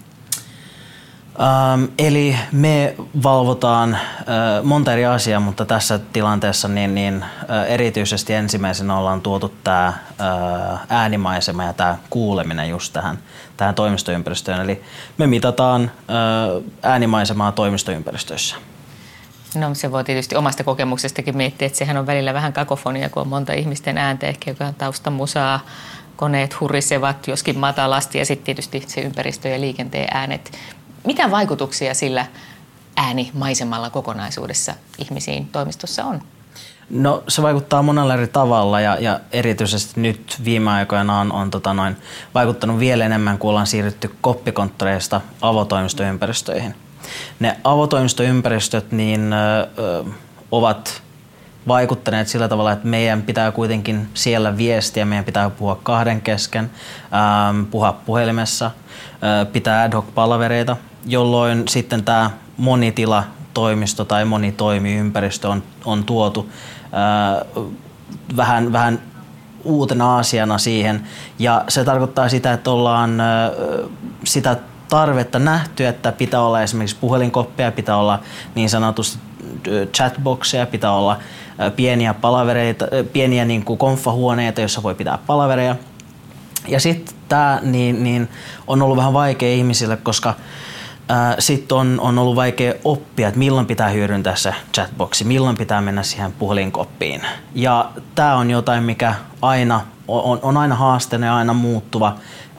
Eli me valvotaan monta eri asiaa, mutta tässä tilanteessa erityisesti ensimmäisenä ollaan tuotu tämä äänimaisema ja tämä kuuleminen just tähän toimistoympäristöön. Eli me mitataan äänimaisemaa toimistoympäristöissä. No se voi tietysti omasta kokemuksestakin miettiä, että sehän on välillä vähän kakofonia, kun on monta ihmisten ääntä, ehkä joka on taustamusaa, koneet hurisevat joskin matalasti ja sitten tietysti se ympäristö ja liikenteen äänet. Mitä vaikutuksia sillä äänimaisemalla kokonaisuudessa ihmisiin toimistossa on? No se vaikuttaa monella eri tavalla ja erityisesti nyt viime aikoina on vaikuttanut vielä enemmän, kun ollaan siirrytty koppikonttoreista avotoimistoympäristöihin. Ne avotoimistoympäristöt ovat vaikuttaneet sillä tavalla, että meidän pitää kuitenkin siellä viestiä, meidän pitää puhua kahden kesken, puhua puhelimessa, pitää ad hoc palavereita, jolloin sitten tämä monitila-toimisto tai monitoimiympäristö on tuotu vähän uutena asiana siihen. Ja se tarkoittaa sitä, että ollaan sitä tarvetta nähty, että pitää olla esimerkiksi puhelinkoppeja, pitää olla niin sanotusti chatboxeja, pitää olla pieniä palavereita, pieniä niin kuin konfahuoneita, joissa voi pitää palavereja. Ja sitten tämä on ollut vähän vaikea ihmisille, koska sitten on ollut vaikea oppia, että milloin pitää hyödyntää se chatboxi, milloin pitää mennä siihen puhelinkoppiin. Ja tämä on jotain, mikä on aina haasteena ja aina muuttuva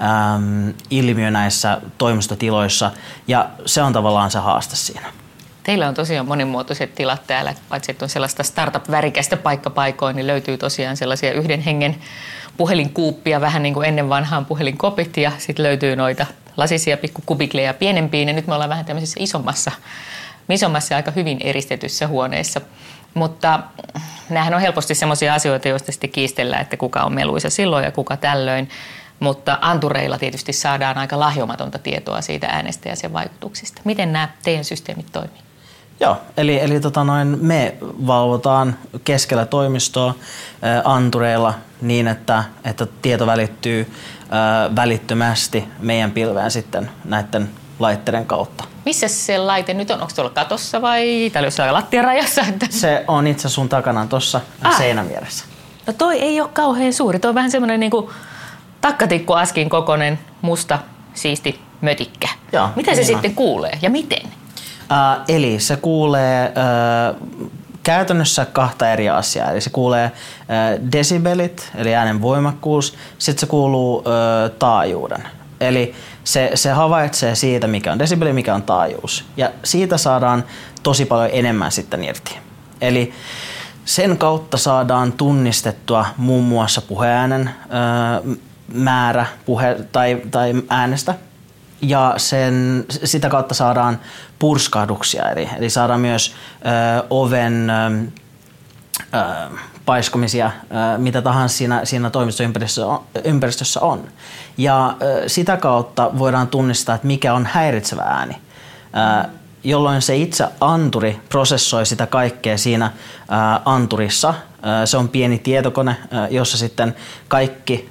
ilmiö näissä toimistotiloissa, ja se on tavallaan se haaste siinä. Teillä on tosiaan monimuotoiset tilat täällä, paitsi että on sellaista startup-värikästä paikkapaikoin, niin löytyy tosiaan sellaisia yhden hengen puhelinkuuppia, vähän niin kuin ennen vanhaan puhelinkopit, ja sitten löytyy noita lasisia pikkukubikleja pienempiin, ja nyt me ollaan vähän tämmöisessä isommassa aika hyvin eristetyssä huoneessa. Mutta näähän on helposti semmoisia asioita, joista sitten kiistellään, että kuka on meluisa silloin ja kuka tällöin. Mutta antureilla tietysti saadaan aika lahjomatonta tietoa siitä äänestä ja sen vaikutuksista. Miten nämä teidän systeemit toimii? Joo, eli me valvotaan keskellä toimistoa antureilla niin, että tieto välittyy välittömästi meidän pilveen sitten näiden laitteiden kautta. Missä se laite nyt on? Onko tuolla katossa vai täällä jossain lattiarajassa? Se on itse sun takana tuossa seinän vieressä. No toi ei ole kauhean suuri. Toi on vähän semmoinen niinku takkatikkuaskin kokoinen, musta, siisti mötikkä. Joo, mitä se sitten kuulee ja miten? Eli se kuulee käytännössä kahta eri asiaa. Eli se kuulee desibelit, eli äänen voimakkuus, sitten se kuuluu taajuuden. Eli se havaitsee siitä, mikä on desibeli, mikä on taajuus. Ja siitä saadaan tosi paljon enemmän sitten irti. Eli sen kautta saadaan tunnistettua muun muassa puheäänen määrä tai äänestä. Ja sitä kautta saadaan purskahduksia, eli saadaan myös oven paiskomisia, mitä tahansa siinä toimistoympäristössä on. Ja sitä kautta voidaan tunnistaa, että mikä on häiritsevä ääni, jolloin se itse anturi prosessoi sitä kaikkea siinä anturissa. Se on pieni tietokone, jossa sitten kaikki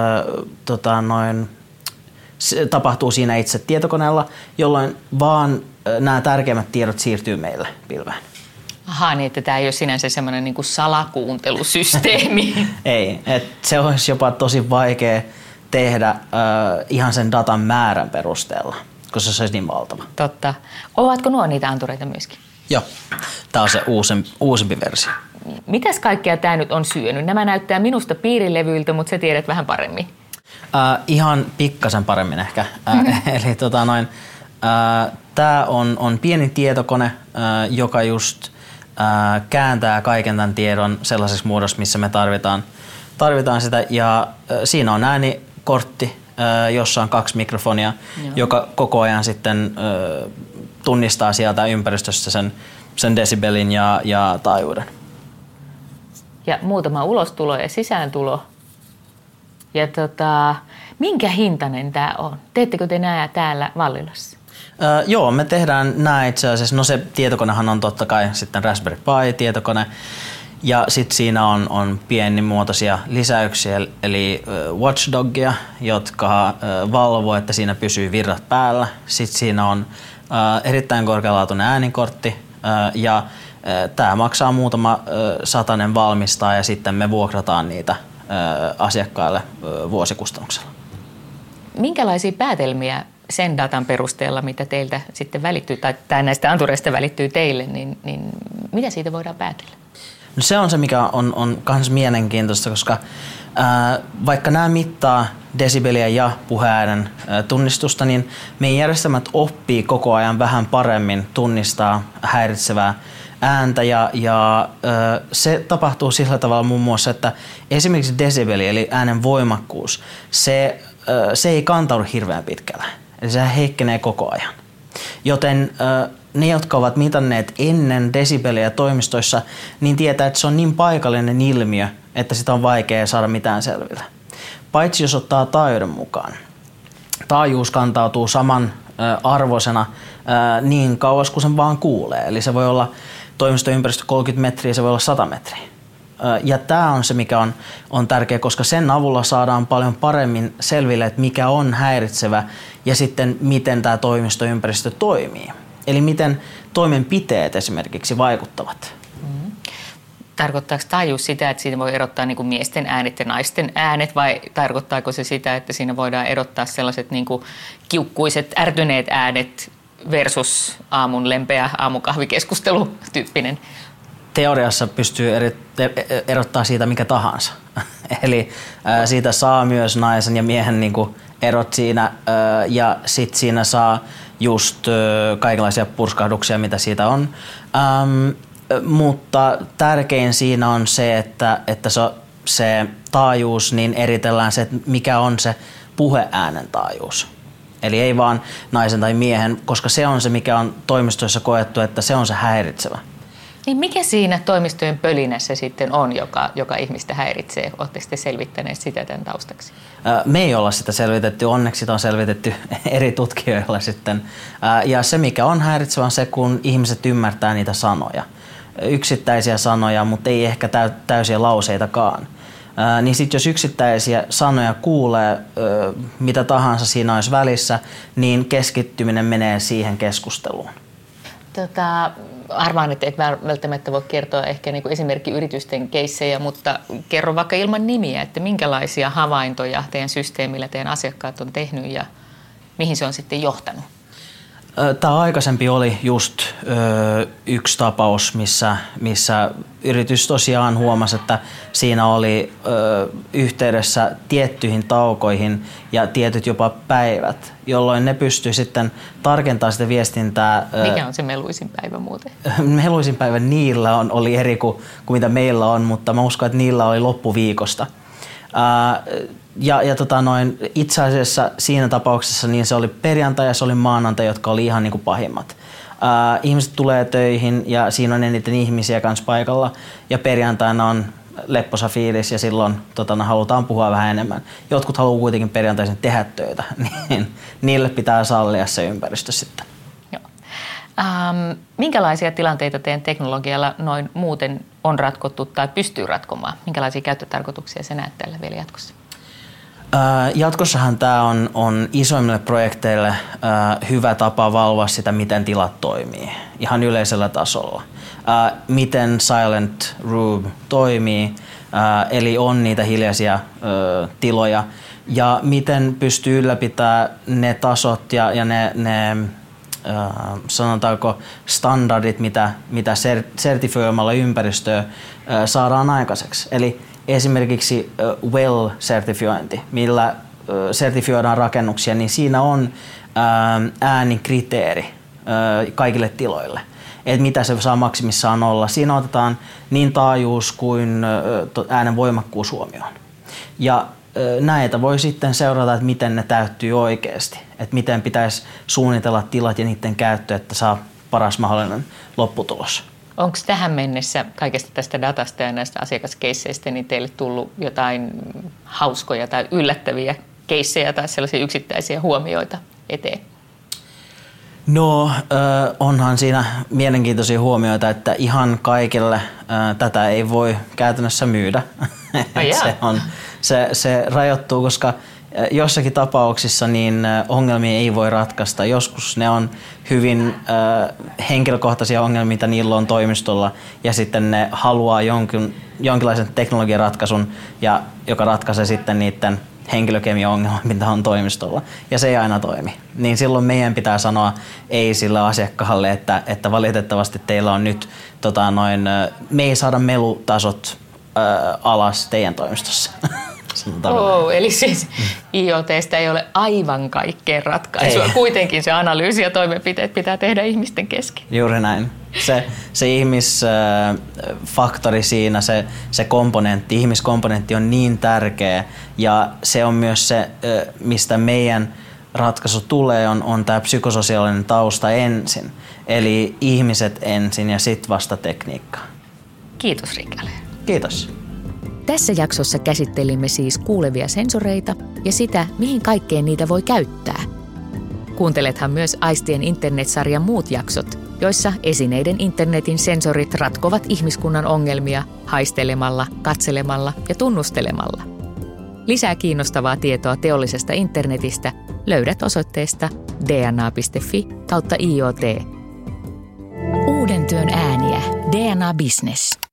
se tapahtuu siinä itse tietokoneella, jolloin vaan nämä tärkeimmät tiedot siirtyy meille pilveen. Ahaa, niin että tämä ei ole sinänsä semmoinen niin kuin salakuuntelusysteemi. Ei, että se olisi jopa tosi vaikea tehdä ihan sen datan määrän perusteella, koska se olisi niin valtava. Totta. Ovatko nuo niitä antureita myöskin? Joo, tämä on se uusimpi versio. Mitäs kaikkea tämä nyt on syönyt? Nämä näyttää minusta piirilevyiltä, mutta sä tiedät vähän paremmin. Ihan pikkasen paremmin ehkä. Eli tämä on pieni tietokone, joka just kääntää kaiken tämän tiedon sellaisessa muodossa, missä me tarvitaan sitä. Ja siinä on äänikortti, jossa on 2 mikrofonia, joka koko ajan sitten tunnistaa sieltä ympäristöstä sen desibelin ja taajuuden. Ja muutama ulostulo ja sisääntulo. Ja minkä hintainen tämä on? Teettekö te nämä täällä Vallilassa? Joo, me tehdään nämä itse asiassa. No se tietokonehan on totta kai sitten Raspberry Pi-tietokone. Ja sitten siinä on pienimuotoisia lisäyksiä, eli watchdogia, jotka valvoo, että siinä pysyy virrat päällä. Sitten siinä on erittäin korkealaatuinen äänikortti ja tämä maksaa muutama satanen valmistaa ja sitten me vuokrataan niitä asiakkaille vuosikustannuksella. Minkälaisia päätelmiä sen datan perusteella, mitä teiltä sitten välittyy, tai näistä antureista välittyy teille, niin mitä siitä voidaan päätellä? No se on se, mikä on kans mielenkiintoista, koska vaikka nämä mittaa desibeliä ja puheäänen tunnistusta, niin meidän järjestelmät oppii koko ajan vähän paremmin tunnistaa häiritsevää ääntä ja se tapahtuu sillä tavalla muun muassa, että esimerkiksi desibeli eli äänen voimakkuus, se ei kantaudu hirveän pitkälle, eli se heikkenee koko ajan. Joten ne, jotka ovat mitanneet ennen desibeliä toimistoissa, niin tietää, että se on niin paikallinen ilmiö, että sitä on vaikea saada mitään selville. Paitsi jos ottaa taajuuden mukaan. Taajuus kantautuu saman arvoisena niin kauas kuin sen vaan kuulee. Eli se voi olla toimistoympäristö 30 metriä, se voi olla 100 metriä. Ja tämä on se, mikä on tärkeä, koska sen avulla saadaan paljon paremmin selville, että mikä on häiritsevä ja sitten miten tämä toimistoympäristö toimii. Eli miten toimenpiteet esimerkiksi vaikuttavat. Tarkoittaako taajuus sitä, että siinä voi erottaa niin kuin miesten äänet ja naisten äänet, vai tarkoittaako se sitä, että siinä voidaan erottaa sellaiset niin kuin kiukkuiset, ärtyneet äänet versus aamun lempeä aamukahvikeskustelu tyyppinen? Teoriassa pystyy erottaa siitä mikä tahansa. Eli siitä saa myös naisen ja miehen niin kuin erot siinä ja sitten siinä saa just kaikenlaisia purskahduksia, mitä siitä on. Mutta tärkein siinä on se, että se taajuus, niin eritellään se, että mikä on se puheäänen taajuus. Eli ei vaan naisen tai miehen, koska se on se, mikä on toimistoissa koettu, että se on se häiritsevä. Niin mikä siinä toimistojen pölinässä sitten on, joka ihmistä häiritsee? Oletteko te selvittäneet sitä tämän taustaksi? Me ei olla sitä selvitetty, onneksi sitä on selvitetty eri tutkijoilla sitten. Ja se, mikä on häiritsevä, on se, kun ihmiset ymmärtää niitä sanoja. Yksittäisiä sanoja, mutta ei ehkä täysiä lauseitakaan. Niin sitten jos yksittäisiä sanoja kuulee, mitä tahansa siinä olisi välissä, niin keskittyminen menee siihen keskusteluun. Arvaan, että et välttämättä voi kertoa ehkä niin kuin esimerkki yritysten keissejä, mutta kerro vaikka ilman nimiä, että minkälaisia havaintoja teidän systeemillä teidän asiakkaat on tehnyt ja mihin se on sitten johtanut? Tämä aikaisempi oli just yksi tapaus, missä yritys tosiaan huomasi, että siinä oli yhteydessä tiettyihin taukoihin ja tietyt jopa päivät, jolloin ne pystyi sitten tarkentamaan sitä viestintää. Mikä on se meluisin päivä muuten? Meluisin päivä niillä oli eri kuin mitä meillä on, mutta mä uskon, että niillä oli loppuviikosta. Itse asiassa siinä tapauksessa niin se oli perjantai ja se oli maanantai, jotka oli ihan niin kuin pahimmat. Ihmiset tulee töihin ja siinä on eniten ihmisiä kanssa paikalla ja perjantaina on lepposa fiilis ja silloin halutaan puhua vähän enemmän. Jotkut haluaa kuitenkin perjantaisin tehdä töitä, niin niille pitää sallia se ympäristö sitten. Joo. Minkälaisia tilanteita teidän teknologialla noin muuten on ratkottu tai pystyy ratkomaan? Minkälaisia käyttötarkoituksia sä näet tällä vielä jatkossa? Jatkossahan tämä on isoimmille projekteille hyvä tapa valvoa sitä, miten tilat toimii ihan yleisellä tasolla. Miten Silent Room toimii, eli on niitä hiljaisia tiloja, ja miten pystyy ylläpitämään ne tasot ja ne sanotaanko standardit, mitä sertifioimalla ympäristöä saadaan aikaiseksi. Eli esimerkiksi WELL-sertifiointi, millä sertifioidaan rakennuksia, niin siinä on äänikriteeri kaikille tiloille, että mitä se saa maksimissaan olla. Siinä otetaan niin taajuus kuin äänen voimakkuus huomioon. Ja näitä voi sitten seurata, että miten ne täyttyy oikeasti, että miten pitäisi suunnitella tilat ja niiden käyttö, että saa paras mahdollinen lopputulos. Onko tähän mennessä kaikesta tästä datasta ja näistä asiakaskeisseistä niin teille tullut jotain hauskoja tai yllättäviä keissejä tai sellaisia yksittäisiä huomioita eteen? No onhan siinä mielenkiintoisia huomioita, että ihan kaikille tätä ei voi käytännössä myydä. Se rajoittuu, koska jossakin tapauksissa niin ongelmia ei voi ratkaista. Joskus ne on hyvin henkilökohtaisia ongelmia, mitä niillä on toimistolla, ja sitten ne haluaa jonkinlaisen teknologian ratkaisun, joka ratkaisee sitten niiden henkilökemia-ongelmat, mitä on toimistolla, ja se ei aina toimi. Niin silloin meidän pitää sanoa ei sille asiakkaalle, että valitettavasti teillä on nyt me ei saada melutasot alas teidän toimistossa. Eli siis IoT:stä ei ole aivan kaikkeen ratkaisua. Ei. Kuitenkin se analyysi ja toimenpiteet pitää tehdä ihmisten kesken. Juuri näin. Se ihmisfaktori siinä, se komponentti, ihmiskomponentti on niin tärkeä, ja se on myös se, mistä meidän ratkaisu tulee, on tämä psykososiaalinen tausta ensin. Eli ihmiset ensin ja sitten vasta tekniikka. Kiitos Rikalle. Kiitos. Tässä jaksossa käsittelimme siis kuulevia sensoreita ja sitä, mihin kaikkeen niitä voi käyttää. Kuuntelethan myös Aistien internetsarjan muut jaksot, joissa esineiden internetin sensorit ratkovat ihmiskunnan ongelmia haistelemalla, katselemalla ja tunnustelemalla. Lisää kiinnostavaa tietoa teollisesta internetistä löydät osoitteesta dna.fi/IoT. Uuden työn ääniä. DNA Business.